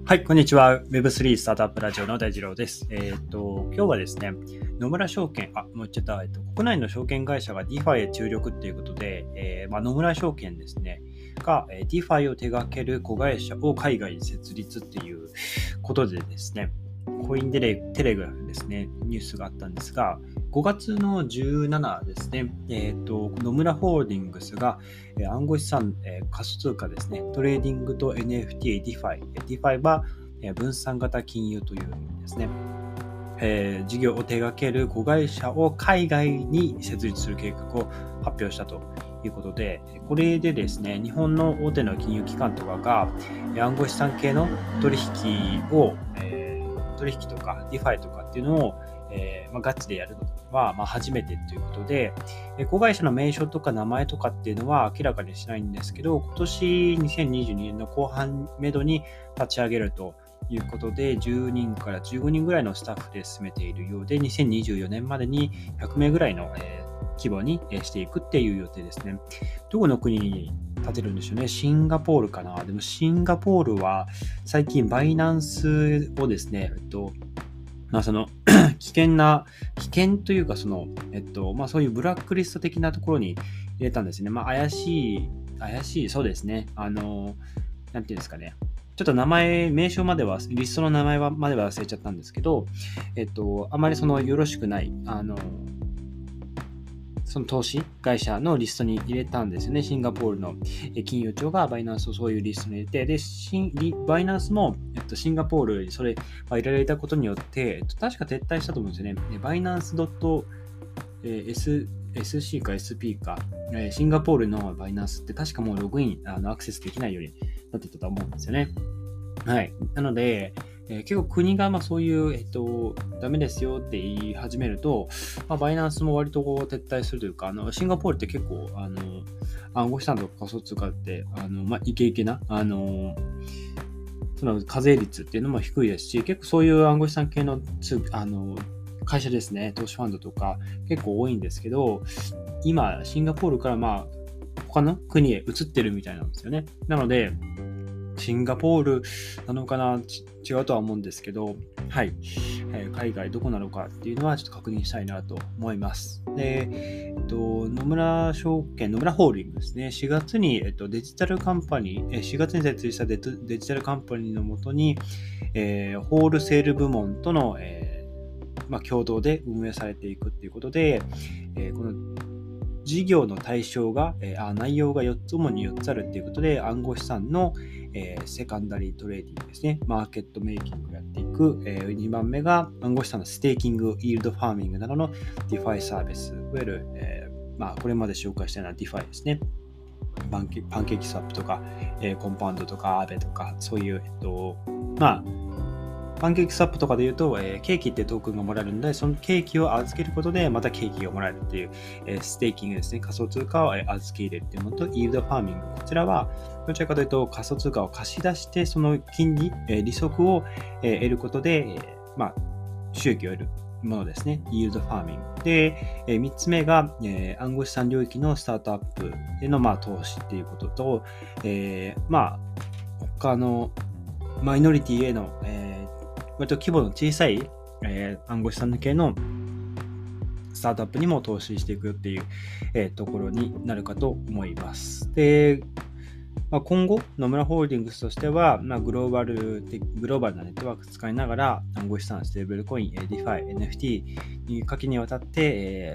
はい、こんにちは。Web3 スタートアップラジオの大二郎です。今日はですね、野村証券、国内の証券会社が DeFi へ注力っていうことで、野村証券ですね、が DeFi を手掛ける子会社を海外に設立っていうことでですね、コインテレグラフですね、ニュースがあったんですが、5月の17ですね、野村ホールディングスが暗号資産、仮想通貨ですね、トレーディングと NFT、DeFi は分散型金融という意味ですね。事業を手掛ける子会社を海外に設立する計画を発表したということで、これでですね、日本の大手の金融機関とかが暗号資産系の取引とか DeFi とかっていうのをガチでやるのは初めてということで、子会社の名称とか名前とかっていうのは明らかにしないんですけど、今年2022年の後半めどに立ち上げるということで、10人から15人ぐらいのスタッフで進めているようで、2024年までに100名ぐらいの規模にしていくっていう予定ですね。どこの国に建てるんでしょうね。シンガポールかな。でもシンガポールは最近バイナンスをですね、その危険というかそういうブラックリスト的なところに入れたんですね。怪しい、そうですね。なんていうんですかね。ちょっと名称までは、リストの名前までは忘れちゃったんですけど、あまりよろしくない、その投資会社のリストに入れたんですよね。シンガポールの金融庁がバイナンスをそういうリストに入れて、で、バイナンスも、シンガポールにそれ入れられたことによって、確か撤退したと思うんですよね。バイナンス .SC か SP か、シンガポールのバイナンスって確かもうログイン、アクセスできないようになってたと思うんですよね。はい。なので、結構国がそういう、ダメですよって言い始めると、バイナンスも割と撤退するというか、シンガポールって結構、暗号資産とか仮想通貨って、イケイケな、その課税率っていうのも低いですし、結構そういう暗号資産系の会社ですね、投資ファンドとか結構多いんですけど、今、シンガポールから他の国へ移ってるみたいなんですよね。なので、シンガポールなのかな、違うとは思うんですけど、はい、海外どこなのかっていうのはちょっと確認したいなと思います。で、野村ホールディングですね、4月に、デジタルカンパニー、4月に設立したデジタルカンパニーのもとに、ホールセール部門との、共同で運営されていくっていうことで、この事業の対象が、内容が主に4つあるっていうことで、暗号資産の、セカンダリートレーディングですね、マーケットメイキングをやっていく、2番目が暗号資産のステーキング、イールドファーミングなどの DeFi サービス、いわゆる、これまで紹介したような DeFi ですね。パンケーキスワップとか、コンパウンドとか、アベとか、そういう、パンケーキスワップとかで言うと、ケーキってトークンがもらえるので、そのケーキを預けることでまたケーキがもらえるっていう、ステーキングですね。仮想通貨を預け入れるっていうのと、イールドファーミング。こちらは、どちらかというと仮想通貨を貸し出して、その金利、利息を得ることで、収益を得るものですね。イールドファーミング。で、3つ目が、暗号資産領域のスタートアップへの、投資っていうことと、他のマイノリティへの、割と規模の小さい、暗号資産系のスタートアップにも投資していくっていう、ところになるかと思います。で、今後、野村ホールディングスとしては、グローバルなネットワークを使いながら暗号資産、ステーブルコイン、DeFi、NFT に多岐にわたって、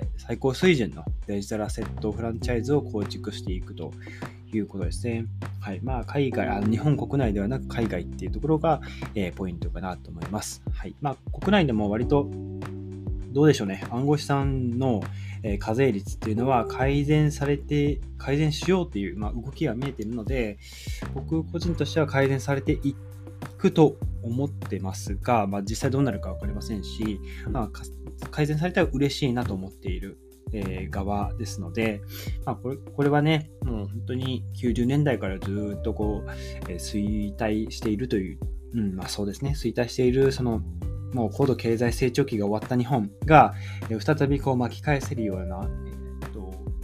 最高水準のデジタルアセットフランチャイズを構築していくということですね。はい。海外、日本国内ではなく海外っていうところが、ポイントかなと思います。はい。国内でも割と、どうでしょうね。暗号資産の、課税率っていうのは改善しようっていう、動きが見えているので、僕個人としては改善されていくと思ってますが、実際どうなるか分かりませんし、改善されたら嬉しいなと思っている側ですので、これはね、もう本当に90年代からずっと衰退しているという、そうですね、衰退しているもう高度経済成長期が終わった日本が再び巻き返せるような、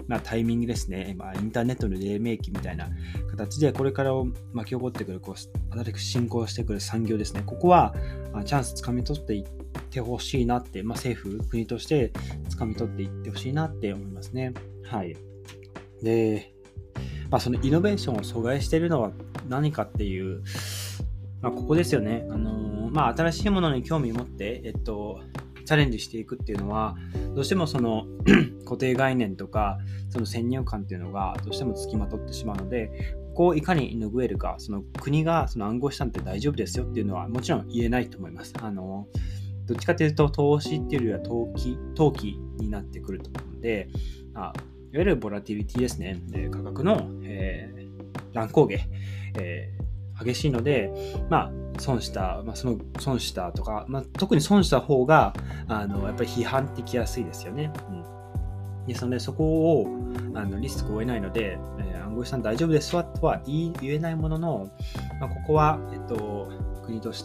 タイミングですね、インターネットの黎明期みたいな形でこれから巻き起こってくる新しく進行してくる産業ですね。ここはチャンスつかみ取っていってほしいなって、政府国としてつかみ取っていってほしいなって思いますね。はい。で、そのイノベーションを阻害しているのは何かっていう、ここですよね。新しいものに興味を持って、チャレンジしていくっていうのは、どうしてもその固定概念とか、その先入観っていうのがどうしても付きまとってしまうので、ここをいかに拭えるか、その国がその暗号資産って大丈夫ですよっていうのはもちろん言えないと思います。どっちかというと投資っていうよりは投機になってくると思うので、いわゆるボラティリティですね、価格の、乱高下、激しいので、損した、その損したとか、特に損した方がやっぱり批判ってきやすいですよね。ですので、そこをリスクを負えないので、暗号資産大丈夫ですわとは言えないものの、ここは、国として、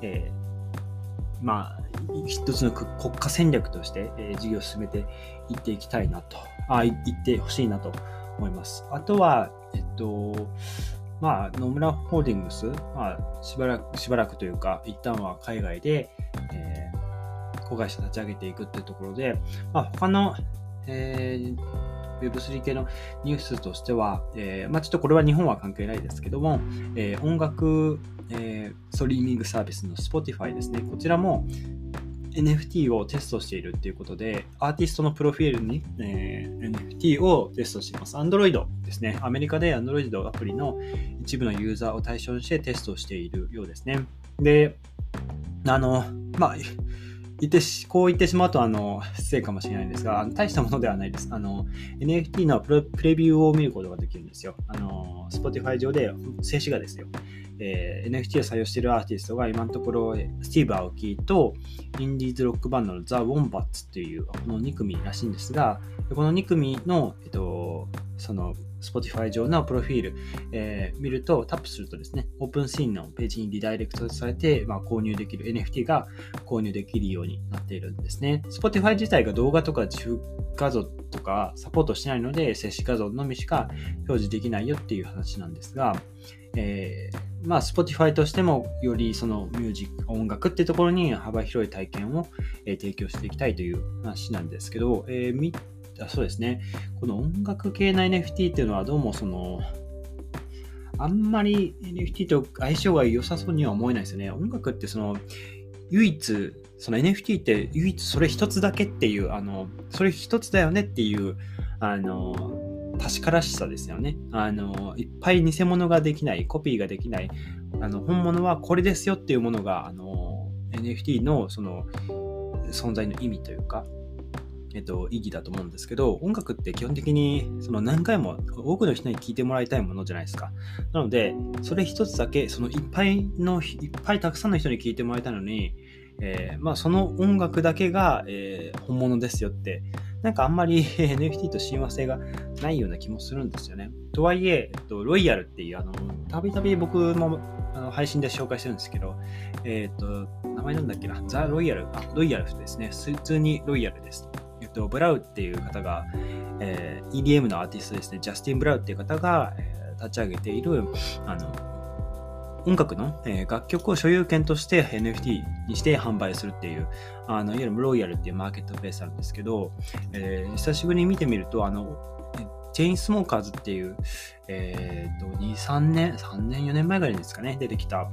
一つの国家戦略として、事業を進めていっていきたいなと、いってほしいなと思います。あとは、野村ホールディングス、しばらくというか、一旦は海外で、子会社立ち上げていくっていうところで、他の、Web3 系のニュースとしては、ちょっとこれは日本は関係ないですけども、音楽、ストリーミングサービスの Spotify ですね。こちらも NFT をテストしているっていうことで、アーティストのプロフィールに、NFT をテストしています。Android ですね。アメリカで Android アプリの一部のユーザーを対象にしてテストをしているようですね。で、こう言ってしまうと失礼かもしれないんですが、大したものではないです。NFT のプレビューを見ることができるんですよ。Spotify 上で静止画ですよ。NFT を採用しているアーティストが今のところスティーブ・アオキとインディーズロックバンドのザ・ウォンバッツというこの2組らしいんですが、この2組の、その Spotify 上のプロフィール、見るとタップするとですね、オープンシーンのページにリダイレクトされて、購入できる NFT が購入できるようになっているんですね。Spotify 自体が動画とか自負画像とかサポートしてないので、静止画像のみしか表示できないよっていう話なんですが、Spotify としてもよりそのミュージック、音楽っていうところに幅広い体験を、提供していきたいという話なんですけど、そうですね。この音楽系の NFT っていうのはどうもあんまり NFT と相性が良さそうには思えないですよね。音楽って唯一、その NFT って唯一それ一つだけっていう、それ一つだよねっていう、確からしさですよね。いっぱい偽物ができない、コピーができない、本物はこれですよっていうものが、NFT のその存在の意味というか、意義だと思うんですけど、音楽って基本的に何回も多くの人に聴いてもらいたいものじゃないですか。なので、それ一つだけ、いっぱいたくさんの人に聴いてもらいたいのに、その音楽だけが、本物ですよって、あんまりNFT と親和性がないような気もするんですよね。とはいえ、ロイヤルっていう、たびたび僕も配信で紹介してるんですけど、名前なんだっけな、ザ・ロイヤル、ロイヤルですね。普通にロイヤルです。ブラウっていう方が、EDM のアーティストですね、ジャスティン・ブラウっていう方が、立ち上げている音楽の、楽曲を所有権として NFT にして販売するっていう、いわゆるロイヤルっていうマーケットプレイスなんですけど、久しぶりに見てみると、チェインスモーカーズっていう、3年、4年前ぐらいですかね、出てきた、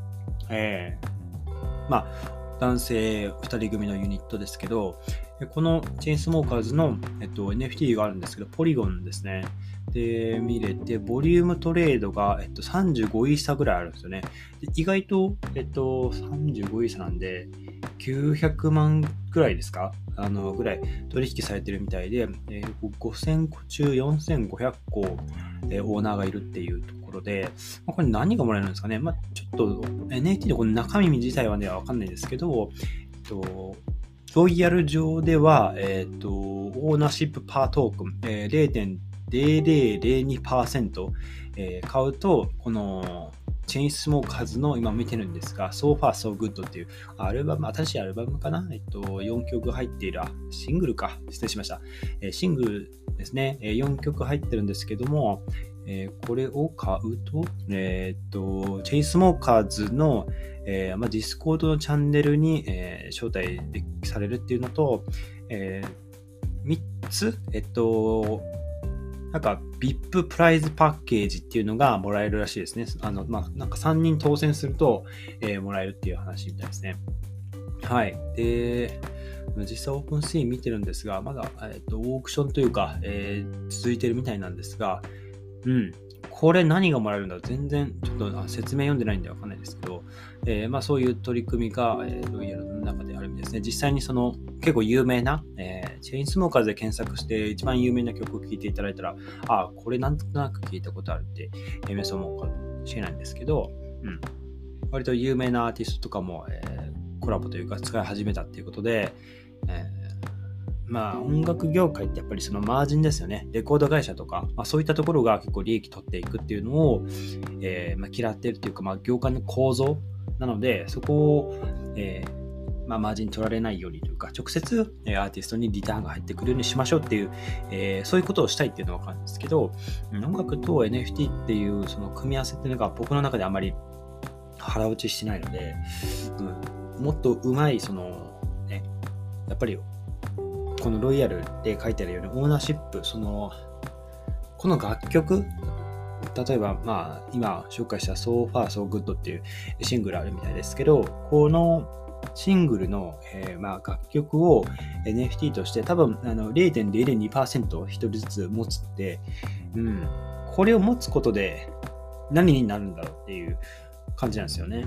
男性2人組のユニットですけど、このチェーンスモーカーズの、NFT があるんですけど、ポリゴンですね。で、見れて、ボリュームトレードが、35イーサぐらいあるんですよね。で意外と、35イーサなんで、900万ぐらいですかぐらい取引されてるみたいで、5000個中4500個、オーナーがいるっていうところで、これ何がもらえるんですかね。ちょっと NFT のこの中身自体はね、わかんないですけど、ロイヤル上では、オーナーシップパートークン、0.0002%、買うと、このチェインスモーカーズの今見てるんですが、So Far So Good っていうアルバム、新しいアルバムかな、4曲入っている、シングルか、失礼しました。シングルですね、4曲入ってるんですけども、これを買うと、チェインスモーカーズの、ディスコードのチャンネルに、招待されるっていうのと、3つ、なんか VIP プライズパッケージっていうのがもらえるらしいですね。なんか3人当選すると、もらえるっていう話みたいですね。はい。で、実際オープンシーン見てるんですが、まだ、オークションというか、続いてるみたいなんですが、これ何がもらえるんだろう、全然ちょっと説明読んでないんでわかんないですけど、そういう取り組みが、ロイヤルの中であるみたいですね。実際にその結構有名な、チェインスモーカーズで検索して一番有名な曲を聴いていただいたら、これなんとなく聞いたことあるって、皆さん思うかもしれないんですけど、割と有名なアーティストとかも、コラボというか使い始めたっていうことで、音楽業界ってやっぱりそのマージンですよね。レコード会社とか、そういったところが結構利益取っていくっていうのを、嫌っているというか、業界の構造なので、そこを、マージン取られないようにというか、直接アーティストにリターンが入ってくるようにしましょうっていう、そういうことをしたいっていうのは分かるんですけど、音楽と NFT っていうその組み合わせっていうのが僕の中であまり腹落ちしてないので、もっと上手いその、やっぱりこのロイヤルで書いてあるようにオーナーシップ、この楽曲、例えば今紹介した So Far So Good っていうシングルあるみたいですけど、このシングルの、楽曲を NFT として多分0.002% 一人ずつ持つって、これを持つことで何になるんだろうっていう感じなんですよね。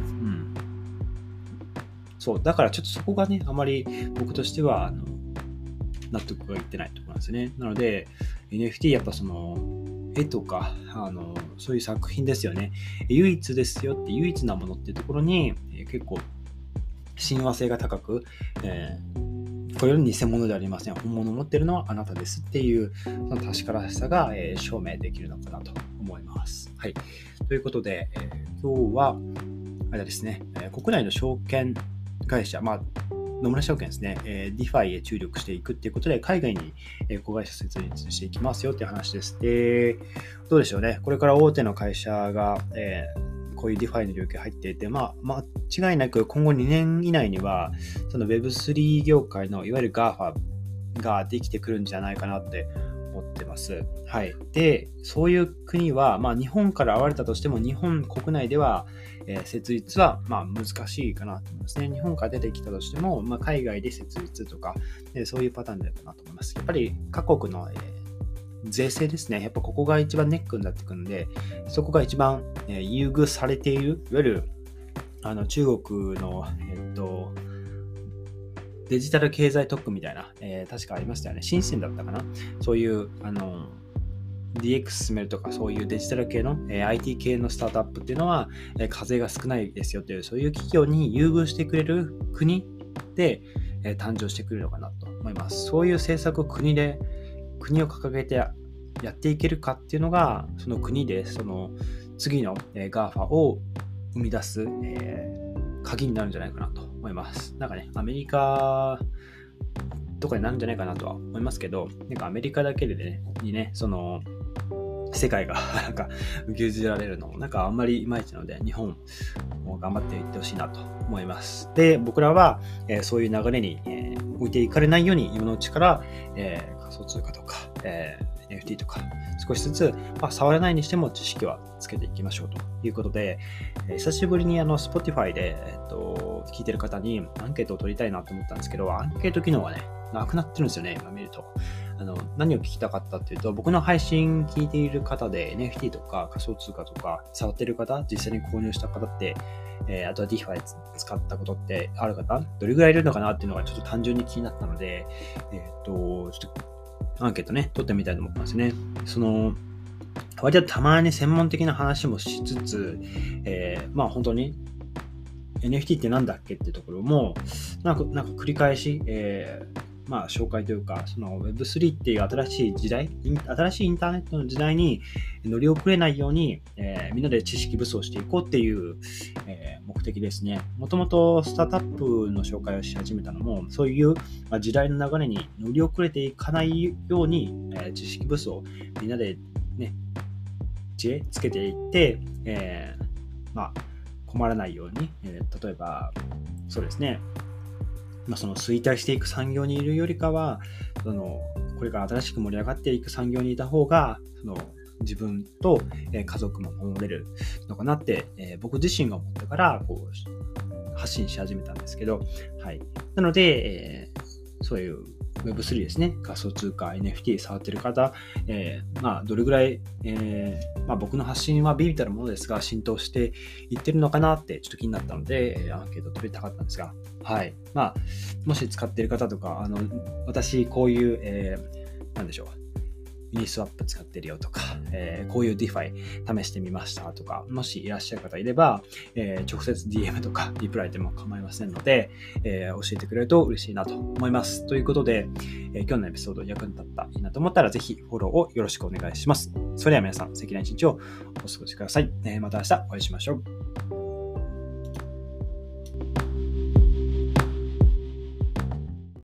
そうだからちょっとそこがね、あまり僕としては納得がいってないところなんですね。なので NFT やっぱその絵とかそういう作品ですよね。唯一ですよって唯一なものっていうところに結構親和性が高く、これより偽物ではありません。本物を持っているのはあなたですっていうその確からしさが、証明できるのかなと思います。はい。ということで、今日はあれですね、国内の証券会社、野村証券ですね、DeFi へ注力していくっていうことで、海外に子会社設立していきますよっていう話です。で、どうでしょうね。これから大手の会社が、こういう DeFi の領域に入っていて、間違いなく今後2年以内には、その Web3 業界のいわゆる GAFA ができてくるんじゃないかなって思ってます。はい。で、そういう国は、日本から現れたとしても、日本国内では、設立は難しいかなと思いますね。日本から出てきたとしても、海外で設立とか、そういうパターンだかなと思います。やっぱり各国の、税制ですね。やっぱここが一番ネックになってくるので、そこが一番、優遇されている、いわゆる中国の、デジタル経済特区みたいな、確かありましたよね。深センだったかな。そういうDX 進めるとか、そういうデジタル系の、IT 系のスタートアップっていうのは、課税が少ないですよという、そういう企業に優遇してくれる国で、誕生してくるのかなと思います。そういう政策を国を掲げてやっていけるかっていうのが、その国でその次の GAFA を生み出す、鍵になるんじゃないかなと思います。なんかね、アメリカとかになるんじゃないかなとは思いますけど、なんかアメリカだけでね、その世界がなんか牛耳られるのなんかあんまりいまいちなので、日本も頑張っていってほしいなと思います。で、僕らは、そういう流れに、置いていかれないように今のうちから、仮想通貨とか、NFT とか少しずつ、触らないにしても知識はつけていきましょうということで、久しぶりにSpotify で、聞いてる方にアンケートを取りたいなと思ったんですけど、アンケート機能がね、なくなってるんですよね、今見ると。何を聞きたかったっていうと、僕の配信聞いている方で NFT とか仮想通貨とか触ってる方、実際に購入した方って、あとは DeFi 使ったことってある方、どれぐらいいるのかなっていうのがちょっと単純に気になったので、ちょっとアンケートね、取ってみたいと思ってますね。割とたまに専門的な話もしつつ、本当に NFT ってなんだっけっていうところもなんか繰り返し、 紹介というか、その Web3 っていう新しい時代、新しいインターネットの時代に乗り遅れないように、みんなで知識武装していこうっていう、目的ですね。もともとスタートアップの紹介をし始めたのも、そういう時代の流れに乗り遅れていかないように、知識武装、みんなでね、知恵つけていって、困らないように、例えば、そうですね、その衰退していく産業にいるよりかは、これから新しく盛り上がっていく産業にいた方が、自分と家族も守れるのかなって、僕自身が思ったから発信し始めたんですけど、はい。なので、そういう Web3 ですね、仮想通貨、NFT 触ってる方、どれぐらい、僕の発信は微々たるものですが、浸透していってるのかなってちょっと気になったので、アンケート取りたかったんですが、はい。もし使ってる方とか、私、こういう、ミニスワップ使ってるよとか、こういう DeFi 試してみましたとか、もしいらっしゃる方いれば、直接 DM とかリプライでも構いませんので、教えてくれると嬉しいなと思います。ということで、今日のエピソード役に立ったらいいなと思ったら、ぜひフォローをよろしくお願いします。それでは皆さん、素敵な一日をお過ごしください。また明日お会いしましょう。